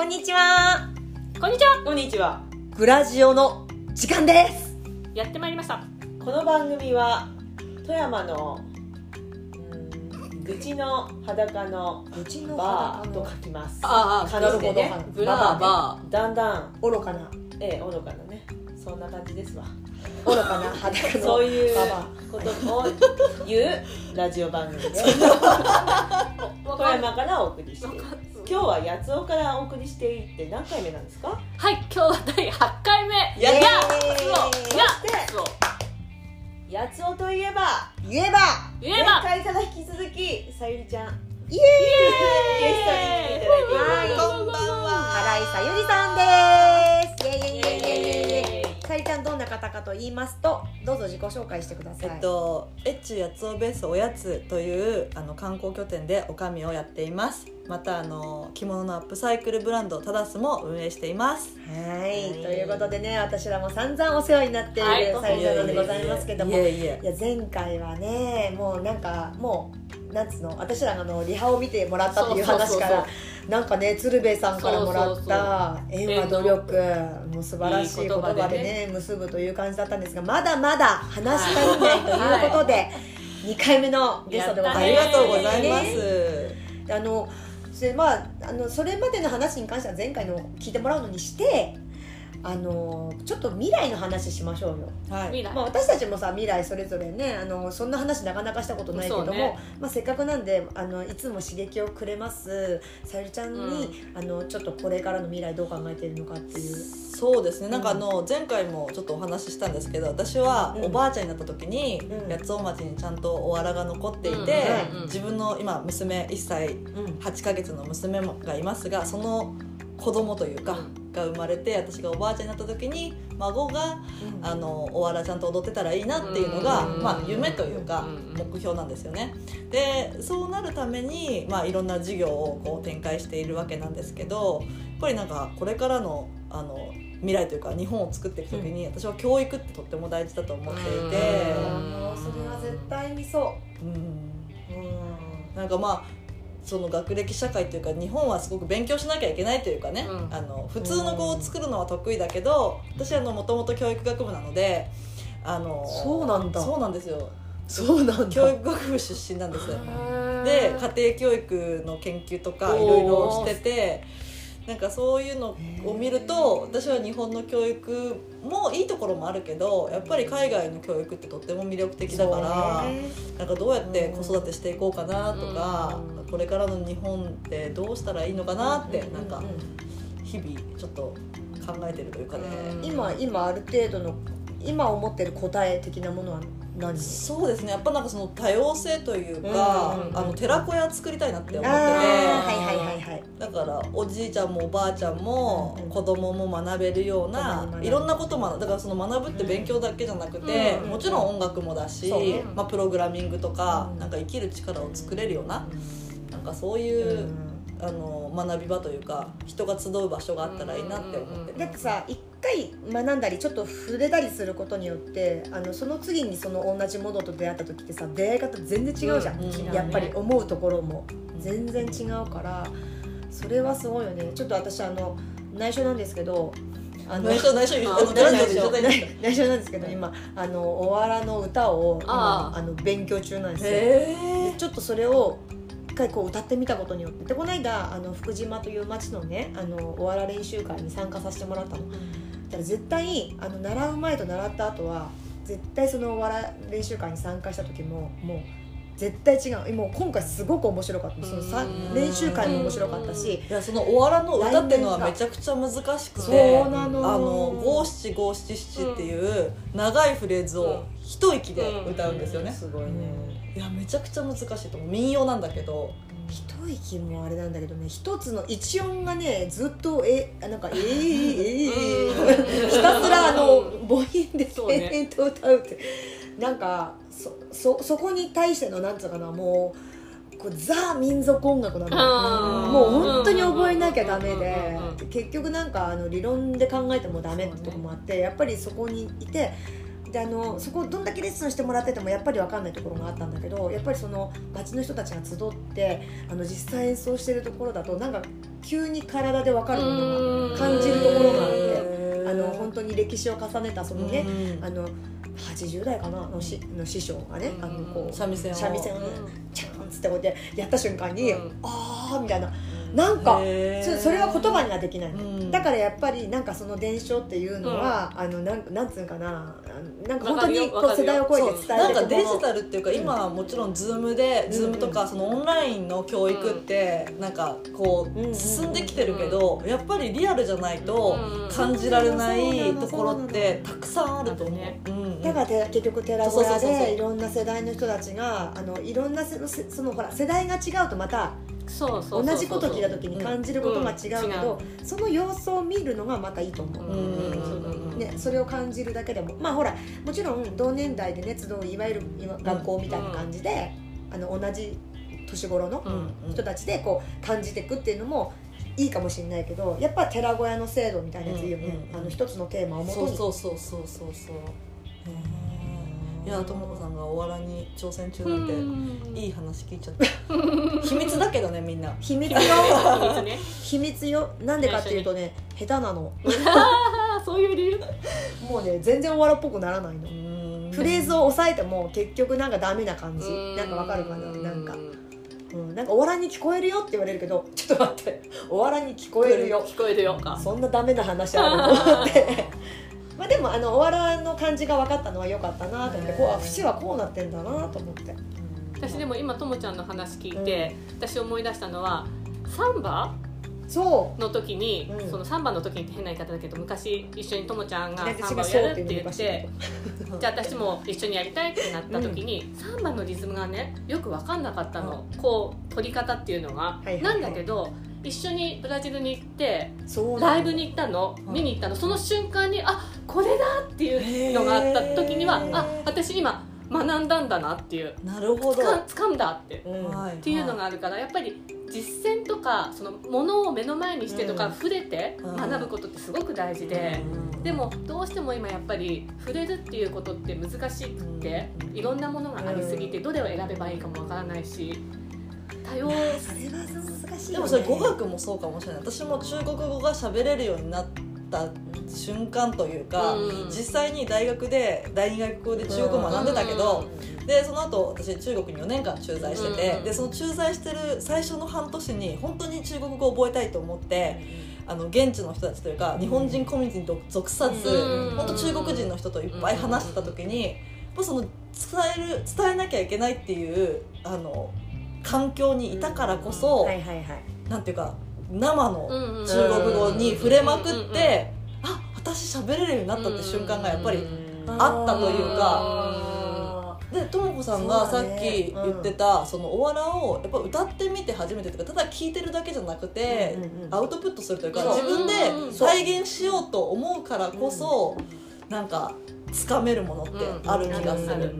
んにちは。 こんにちは。 こんにちは。 グラジオの時間です。 やってまいりました。 この番組は富山の愚痴の裸のうちのバー裸のと書きます。 あなるほどね、 ブラーバだんだん愚かな愚かなね、そんな感じですわ。 愚かな裸のそういうババことを言うラジオ番組で富山からお送りしている。今日は八尾からお送りしていって何回目なんですか？ はい、今日は第8回目。 イエーイ八尾といえば言えば前回から引き続きさゆりちゃんイエーイゲストに来ていただいています。 はい、こんばんは。新井さゆりさんです。イエイイエイイエイイエイイエイ。さゆりちゃんどんな方かと言いますと、どうぞ自己紹介してください。 越中八尾ベースおやつという観光拠点で女将をやっています。また着物のアップサイクルブランドタダスも運営しています。 はい、ということでね、私らも散々お世話になっているさゆりちゃんなんでございますけども、いや前回はね、もうなんつうの、私らがリハを見てもらったっていう話からなんかね、鶴瓶さんからもらった縁は努力、もう素晴らしい言葉でね結ぶという感じだったんですが、まだまだ話し足りないということで、2回目のゲストでございます。 ありがとうございます。 それまでの話に関しては前回の聞いてもらうのにして、ちょっと未来の話しましょうよ。 はい。 私たちもさ、未来それぞれね、そんな話なかなかしたことないけども、 ね、 せっかくなんでいつも刺激をくれますさゆりちゃんに、ちょっとこれからの未来どう考えているのかっていう。 そうですね、なんか前回もちょっとお話ししたんですけど、私はおばあちゃんになった時に、八尾町にちゃんとおわらが残っていて、自分の今娘1歳8ヶ月の娘がいますが、その子供というか、が生まれて、私がおばあちゃんになった時に孫が、おわらちゃんと踊ってたらいいなっていうのが、夢というか、目標なんですよね。でそうなるために、いろんな事業をこう展開しているわけなんですけど、やっぱりなんかこれからの未来というか日本を作っていく時に、私は教育ってとっても大事だと思っていて、 もうそれは絶対にそう。 なんかその学歴社会というか、日本はすごく勉強しなきゃいけないというかね、普通の子を作るのは得意だけど、私はもともと教育学部なので、 そうなんだ。 そうなんですよ。 そうなんだ。 教育学部出身なんです。で家庭教育の研究とかいろいろしてて、なんかそういうのを見ると、私は日本の教育もいいところもあるけど、やっぱり海外の教育ってとっても魅力的だから、なんかどうやって子育てしていこうかなとか、これからの日本ってどうしたらいいのかなって、なんか日々ちょっと考えてるというかね。 今ある程度の今思ってる答え的なものは何？ そうですね、やっぱなんかその多様性というか、寺子屋作りたいなって思ってて、だからおじいちゃんもおばあちゃんも子供も学べるような、いろんなことも、だからその学ぶって勉強だけじゃなくて、もちろん音楽もだし、プログラミングとか、なんか生きる力を作れるような、なんかそういう学び場というか、人が集う場所があったらいいなって思ってる。 だってさ、一回学んだりちょっと触れたりすることによって、その次にその同じものと出会った時ってさ、出会い方全然違うじゃん、やっぱり思うところも全然違うから、それはすごいよね。ちょっと私内緒なんですけど、内緒なんですけど、今おわらの歌を勉強中なんですよ。ちょっとそれを一回こう歌ってみたことによって、でこの間福島という町のねおわら練習会に参加させてもらったの。だから絶対習う前と習った後は絶対そのおわら練習会に参加した時ももう絶対違う。もう今回すごく面白かった。その練習会も面白かったし、 いや、そのおわらの歌っていうのはめちゃくちゃ難しくて、 そうなの。 五七五七七っていう長いフレーズを一息で歌うんですよね。 すごいね。 いや、めちゃくちゃ難しいと思う。民謡なんだけど、 一息もあれなんだけどね、一つの一音がねずっとなんかひたすら母音で延々と歌うって、なんかそこに対してのなんつうかな、もうこうザ民族音楽なの。もう本当に覚えなきゃダメで、結局なんか理論で考えてもダメってとこもあって、やっぱりそこにいて、 でそこをどんだけレッスンしてもらっててもやっぱり分かんないところがあったんだけど、やっぱりその町の人たちが集って実際演奏してるところだとなんか急に体で分かるものが感じるところがあって、本当に歴史を重ねたそのね、80代かなの師匠がねこう三味線をねチャンつってこうやってやった瞬間に、あーみたいな、なんかそれは言葉にはできない、だからやっぱりなんかその伝承っていうのは、なんつうんかな、なんか本当にこう世代を超えて伝えていくもの、 なんかデジタルっていうか、今はもちろんズームとかそのオンラインの教育ってなんかこう進んできてるけど、やっぱりリアルじゃないと感じられないところってたくさんあると思う。 だから結局寺小屋でいろんな世代の人たちがいろんなそのほら世代が違うとまた同じこと聞いた時に感じることが違うけど、その様子を見るのがまたいいと思う、ね、それを感じるだけでも、まあほらもちろん同年代でね集ういわゆる学校みたいな感じで、同じ年頃の人たちでこう感じていくっていうのもいいかもしれないけど、やっぱ寺小屋の制度みたいなやついいよね、一つのテーマをもとに。 そういや、ともこさんがお笑いに挑戦中なんていい話聞いちゃった秘密だけどね、みんな秘密よ秘密よ。なんでかっていうとね、下手なのそういう理由もうね、全然お笑いっぽくならないの。フレーズを押さえても結局なんかダメな感じ、なんかわかるかな、なんかなんかお笑いに聞こえるよって言われるけど、ちょっと待って、お笑いに聞こえるよか、そんなダメな話あるのってまあでもお笑いの感じが分かったのは良かったなと思って、こう節はこうなってんだなと思って。 私でも今ともちゃんの話聞いて、私思い出したのはサンバの時に、そのサンバの時にって変な言い方だけど、昔一緒にともちゃんがサンバをやるって言ってじゃあ私も一緒にやりたいってなった時に、サンバのリズムがねよく分かんなかったの、こう取り方っていうのが、なんだけど一緒にブラジルに行ってライブに行ったの、見に行ったの、その瞬間にこれだっていうのがあった時には、私今学んだんだなっていう、 なるほど、 掴んだって、っていうのがあるから、やっぱり実践とかそのものを目の前にしてとか、触れて学ぶことってすごく大事で、でもどうしても今やっぱり触れるっていうことって難しくって、いろんなものがありすぎてどれを選べばいいかもわからないし、多様。 それは難しいよね。 でもそれ語学もそうかもしれない。私も中国語が喋れるようになった瞬間というか、実際に第二外国語で中国語を学んでたけど、でその後私中国に4年間駐在してて、でその駐在してる最初の半年に本当に中国語を覚えたいと思って、現地の人たちというか日本人コミュニティに属さず、本当中国人の人といっぱい話してた時に、その伝えなきゃいけないっていう環境にいたからこそ、なんていうか生の中国語に触れまくって、私喋れるようになったって瞬間がやっぱりあったというか、でともこさんがさっき言ってたそのおわらをやっぱ歌ってみて初めてとか、ただ聞いてるだけじゃなくてアウトプットするというか、自分で再現しようと思うからこそなんかつかめるものってある気がする。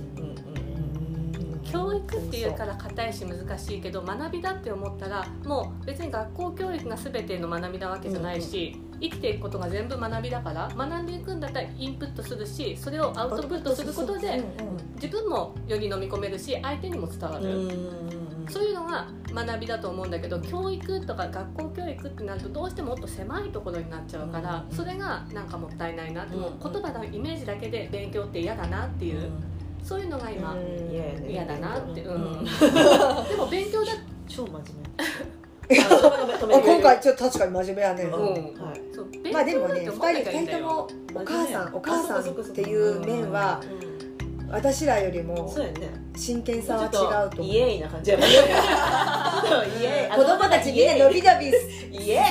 教育っていうから硬いし難しいけど、学びだって思ったらもう別に学校教育が全ての学びなわけじゃないし、生きていくことが全部学びだから、学んでいくんだったらインプットするし、それをアウトプットすることで自分もより飲み込めるし、相手にも伝わる、そういうのが学びだと思うんだけど、教育とか学校教育ってなるとどうしてももっと狭いところになっちゃうから、それがなんかもったいないなって、もう言葉のイメージだけで勉強って嫌だなっていう、そういうのが今嫌だなって、でも勉強だ超真面目今回ちょっと確かに真面目やね。まあでもね、2人ともお母さんっていう面は私らよりも真剣さは違うと思う。 イエーイな感じやね。 子供たちみんな伸び伸びイエ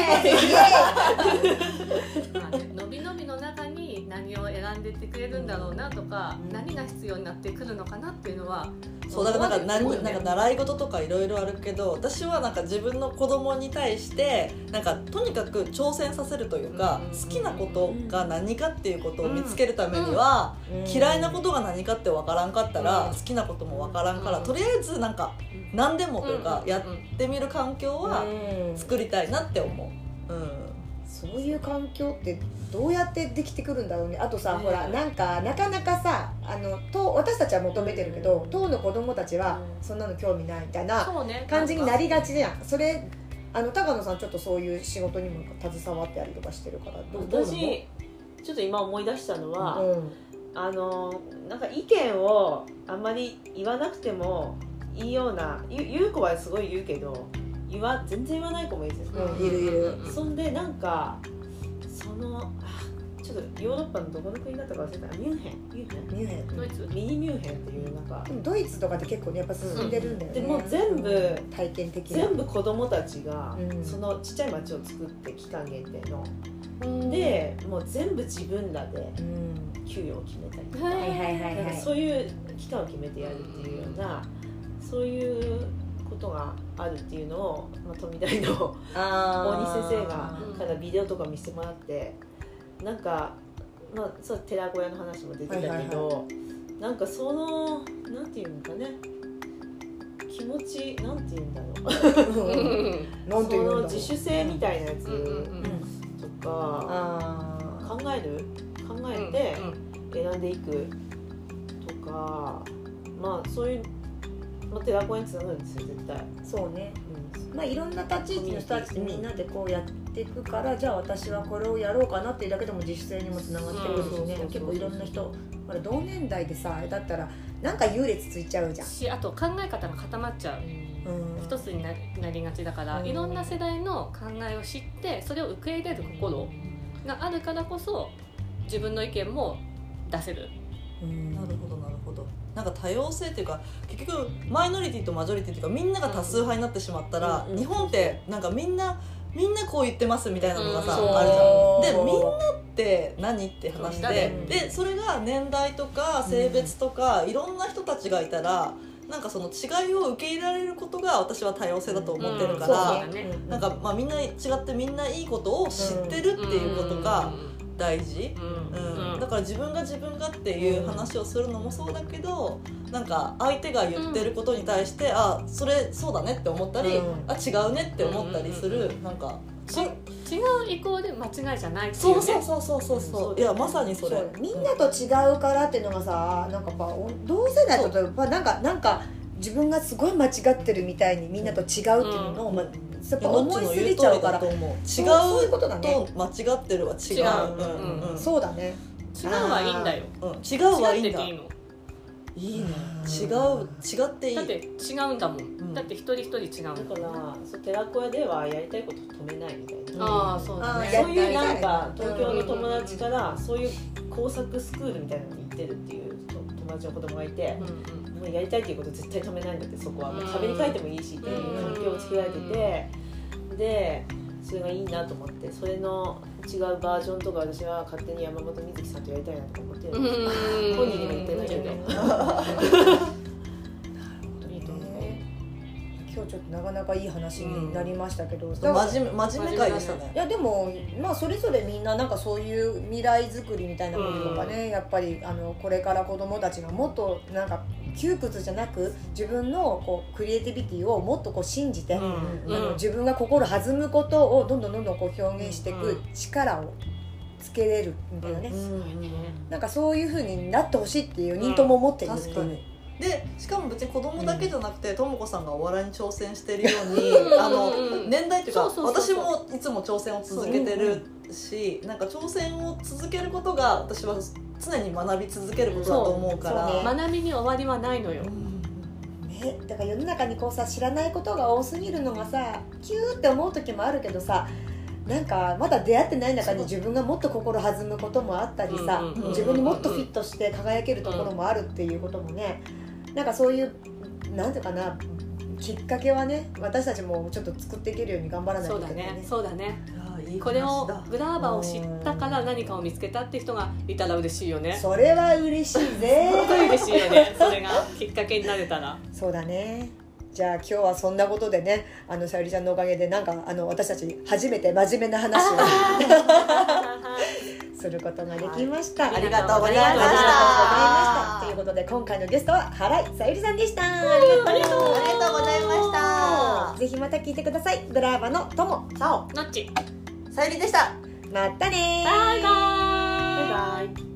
ーイ伸び伸びの中に何を選んでってくれるんだろうなとか、何が必要になってくるのかなっていうのは、 そうだからなんか習い事とかいろいろあるけど、私はなんか自分の子供に対してなんかとにかく挑戦させるというか、好きなことが何かっていうことを見つけるためには、嫌いなことが何かって分からんかったら好きなことも分からんから、とりあえずなんか何でもというかやってみる環境は作りたいなって思う。 そういう環境ってどうやってできてくるんだろうね。あとさ、ほらなんかなかなかさ私たちは求めてるけど、当の子供たちはそんなの興味ないみたいな感じになりがちじゃん。それ高野さんちょっとそういう仕事にも携わってやりとかしてるから、 私ちょっと今思い出したのは、なんか意見をあんまり言わなくてもいいような、言う子はすごい言うけど全然言わない子もいるんですよ、 いる。 そんでなんかちょっとヨーロッパのどこの国だったか忘れた、ミュンヘンドイツ、 ミニミュンヘンっていうなんか、 でもドイツとかって結構ねやっぱ進んでるんだよね。 でも全部体験的な、 全部子供たちがそのちっちゃい町を作って期間限定の、でもう全部自分らで給与を決めたりとか、なんかそういう期間を決めてやるっていうような、そういうことがあるっていうのを、富大の大西先生がからビデオとか見せてもらって、なんか、そう寺子屋の話も出てたけど、なんかそのなんていうのかね、気持ちなんていうんだろうその自主性みたいなやつとか考えて選んでいくとか、そういう寺子屋につながるんですよ絶対。 そうね、いろんな立ち位置の人たちでみんなでこうやっていくから、じゃあ私はこれをやろうかなっていうだけでも自主性にもつながってくるしね。結構いろんな人、同年代でさだったらなんか優劣ついちゃうじゃん。 あと考え方が固まっちゃう、一つになりがちだから、いろんな世代の考えを知ってそれを受け入れる心があるからこそ自分の意見も出せる。 なるほどなるほど。なんか多様性っていうか、結局マイノリティとマジョリティっていうか、みんなが多数派になってしまったら、日本ってなんかみんなこう言ってますみたいなのがさ、あるじゃん。でみんなって何って話で、それが年代とか性別とか、いろんな人たちがいたら、なんかその違いを受け入れられることが私は多様性だと思ってるから、なんかみんな違ってみんないいことを知ってるっていうことが大事、だから自分がっていう話をするのもそうだけど、なんか相手が言ってることに対して、それそうだねって思ったり、違うねって思ったりする、なんか違うイコール間違いじゃないっていうね。そういやまさにそれ。 みんなと違うからっていうのがさ、なんか同世代となんか自分がすごい間違ってるみたいにみんなと違うっていうのをやっぱ思いすぎちゃうから、違うと間違ってるは違う。そうだね。 違うはいいんだよ。 違うはいいんだ。いいね。違っていい。 だって違うんだもん。だって一人一人違うんだから、寺子屋ではやりたいこと止めないみたいな。 そうだね。 そういうなんか東京の友達からそういう工作スクールみたいなのに行ってるっていう友達の子供がいて、もうやりたいっていうこと絶対止めないんだって、そこはもう壁に書いてもいいしっていう環境を作られてて、でそれがいいなと思って、それの違うバージョンとか私は勝手に山本美月さんとやりたいなとか思ってるんですけど、本人にも言ってないけど。 いいと思う。今日ちょっとなかなかいい話になりましたけど、 真面目会でしたね。 いやでもそれぞれみんななんかそういう未来づくりみたいなこととかね、やっぱりこれから子供たちがもっとなんか窮屈じゃなく自分のこうクリエイティビティをもっとこう信じて、自分が心弾むことをどんどんこう表現していく力をつけれるみたいなね、なんかそういう風になってほしいっていう4人とも思ってるっていう。 でしかも別に子供だけじゃなくて、ともこさんがお笑いに挑戦してるように年代っていうか、私もいつも挑戦を続けてるし、なんか挑戦を続けることが私は常に学び続けることだと思うから、 学びに終わりはないのよ。 だから世の中にこうさ、知らないことが多すぎるのがさ、キューって思う時もあるけどさ、なんかまだ出会ってない中に自分がもっと心弾むこともあったりさ、自分にもっとフィットして輝けるところもあるっていうこともね、なんかそういうなんていうかな、きっかけはね、私たちもちょっと作っていけるように頑張らないといけないね。 そうだね。これをグラーバを知ったから何かを見つけたって人がいたら嬉しいよね。 それは嬉しいぜ。 本当に嬉しいよね。それがきっかけになれたら。 そうだね。じゃあ今日はそんなことでね、さゆりちゃんのおかげでなんか私たち初めて真面目な話をすることができました。 ありがとうございました。 ということで今回のゲストは原井さゆりさんでした。ありがとうございました。 ぜひまた聞いてください。グラーバのとも、さお、 のっち。 さゆりでした。 またねー。 バイバーイ。 バイバイ。